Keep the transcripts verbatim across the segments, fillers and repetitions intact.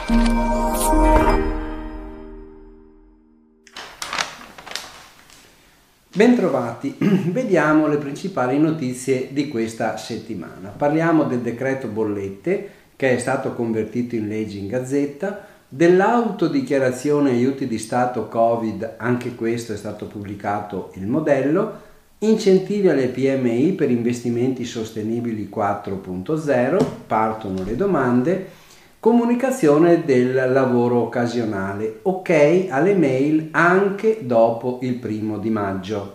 Bentrovati, vediamo le principali notizie di questa settimana. Parliamo del decreto bollette che è stato convertito in legge in Gazzetta, dell'autodichiarazione aiuti di Stato Covid, anche questo è stato pubblicato il modello, incentivi alle P M I per investimenti sostenibili quattro punto zero, partono le domande, comunicazione del lavoro occasionale, ok alle mail anche dopo il primo di maggio.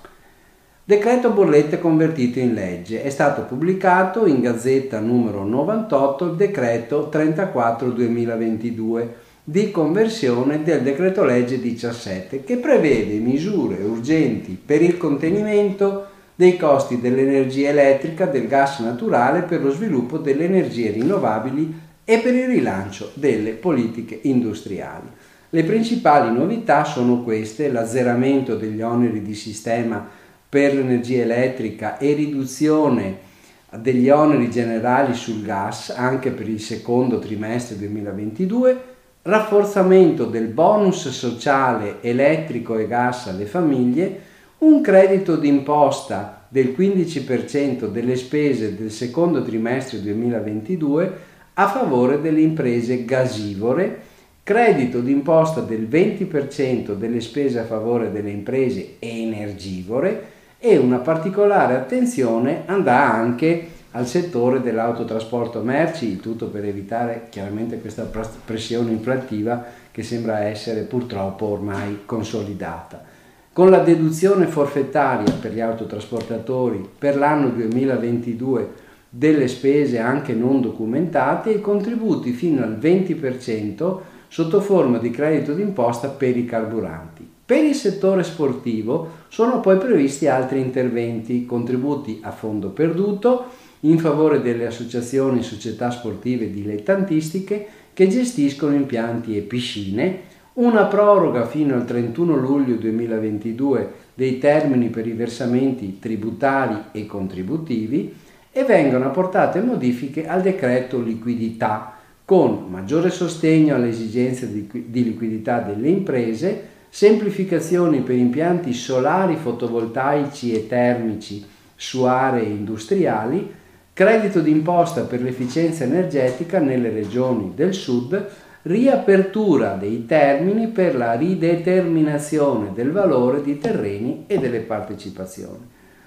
Decreto bollette convertito in legge, è stato pubblicato in Gazzetta numero novantotto il decreto trentaquattro duemilaventidue di conversione del decreto legge diciassette che prevede misure urgenti per il contenimento dei costi dell'energia elettrica, del gas naturale per lo sviluppo delle energie rinnovabili e per il rilancio delle politiche industriali. Le principali novità sono queste: l'azzeramento degli oneri di sistema per l'energia elettrica e riduzione degli oneri generali sul gas anche per il secondo trimestre duemilaventidue, rafforzamento del bonus sociale elettrico e gas alle famiglie, un credito d'imposta del quindici per cento delle spese del secondo trimestre duemilaventidue a favore delle imprese gasivore, credito d'imposta del venti per cento delle spese a favore delle imprese energivore e una particolare attenzione andrà anche al settore dell'autotrasporto merci, il tutto per evitare chiaramente questa pressione inflattiva che sembra essere purtroppo ormai consolidata. Con la deduzione forfettaria per gli autotrasportatori per l'anno duemilaventidue delle spese anche non documentate e contributi fino al venti per cento sotto forma di credito d'imposta per i carburanti. Per il settore sportivo sono poi previsti altri interventi, contributi a fondo perduto in favore delle associazioni e società sportive dilettantistiche che gestiscono impianti e piscine, una proroga fino al trentuno luglio duemilaventidue dei termini per i versamenti tributari e contributivi e vengono apportate modifiche al decreto liquidità con maggiore sostegno alle esigenze di, di liquidità delle imprese, semplificazioni per impianti solari, fotovoltaici e termici su aree industriali, credito d'imposta per l'efficienza energetica nelle regioni del sud, riapertura dei termini per la rideterminazione del valore di terreni e delle partecipazioni.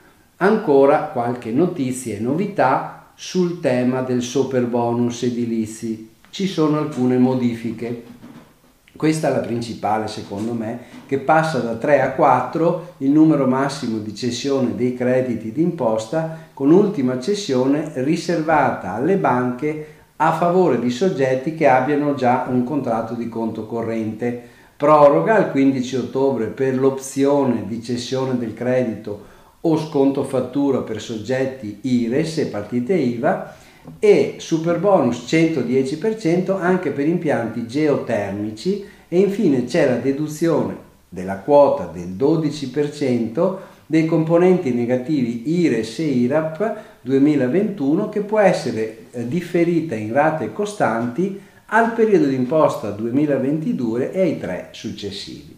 Ancora qualche notizia e novità sul tema del superbonus edilizi. Ci sono alcune modifiche. Questa è la principale, secondo me, che passa da tre a quattro il numero massimo di cessione dei crediti d'imposta, con ultima cessione riservata alle banche a favore di soggetti che abbiano già un contratto di conto corrente. Proroga al quindici ottobre per l'opzione di cessione del credito o sconto fattura per soggetti I R E S e partite I V A e superbonus centodieci per cento anche per impianti geotermici e infine c'è la deduzione della quota del dodici per cento dei componenti negativi I R E S e I R A P duemilaventuno che può essere differita in rate costanti al periodo d'imposta duemilaventidue e ai tre successivi.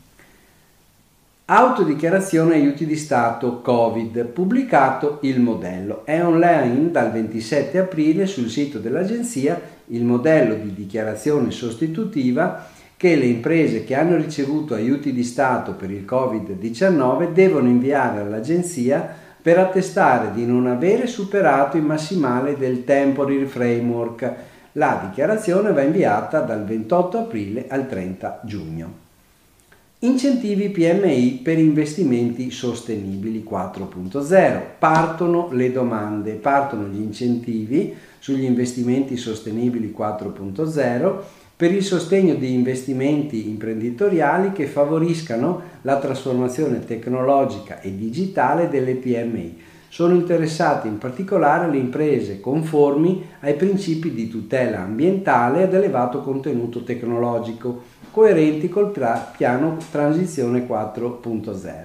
Autodichiarazione aiuti di Stato Covid, pubblicato il modello. È online dal ventisette aprile sul sito dell'agenzia il modello di dichiarazione sostitutiva che le imprese che hanno ricevuto aiuti di Stato per il covid diciannove devono inviare all'agenzia per attestare di non avere superato il massimale del Temporary Framework. La dichiarazione va inviata dal ventotto aprile al trenta giugno. Incentivi P M I per investimenti sostenibili quattro punto zero. Partono le domande, partono gli incentivi sugli investimenti sostenibili quattro punto zero per il sostegno di investimenti imprenditoriali che favoriscano la trasformazione tecnologica e digitale delle P M I. Sono interessate in particolare le imprese conformi ai principi di tutela ambientale ad elevato contenuto tecnologico, coerenti col tra- piano Transizione quattro punto zero.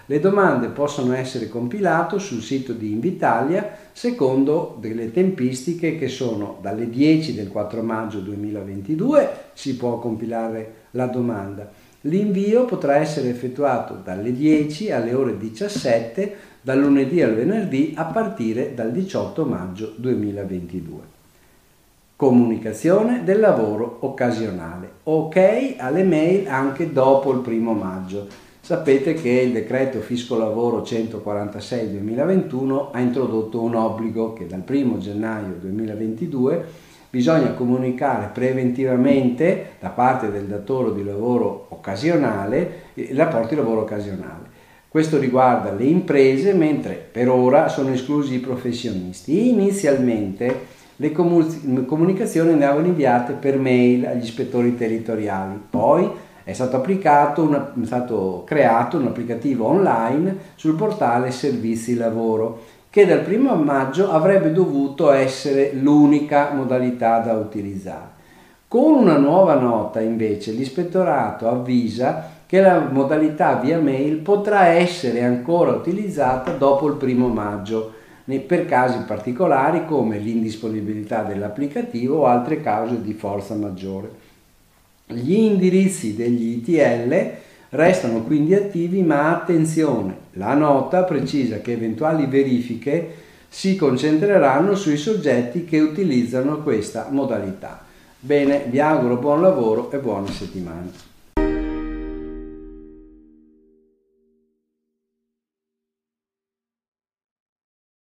Le domande possono essere compilate sul sito di Invitalia secondo delle tempistiche che sono dalle dieci del quattro maggio duemilaventidue si può compilare la domanda. L'invio potrà essere effettuato dalle dieci alle ore diciassette dal lunedì al venerdì a partire dal diciotto maggio duemilaventidue. Comunicazione del lavoro occasionale. Ok alle mail anche dopo il primo maggio. Sapete che il decreto fisco lavoro centoquarantasei duemilaventuno ha introdotto un obbligo che dal primo gennaio duemilaventidue bisogna comunicare preventivamente da parte del datore di lavoro occasionale il rapporto di lavoro occasionale. Questo riguarda le imprese, mentre per ora sono esclusi i professionisti. Inizialmente le comunicazioni andavano inviate per mail agli ispettori territoriali, poi è stato, applicato una, è stato creato un applicativo online sul portale Servizi Lavoro che dal primo maggio avrebbe dovuto essere l'unica modalità da utilizzare. Con una nuova nota invece l'ispettorato avvisa che la modalità via mail potrà essere ancora utilizzata dopo il primo maggio per casi particolari come l'indisponibilità dell'applicativo o altre cause di forza maggiore. Gli indirizzi degli I T L restano quindi attivi, ma attenzione, la nota precisa che eventuali verifiche si concentreranno sui soggetti che utilizzano questa modalità. Bene, vi auguro buon lavoro e buona settimana.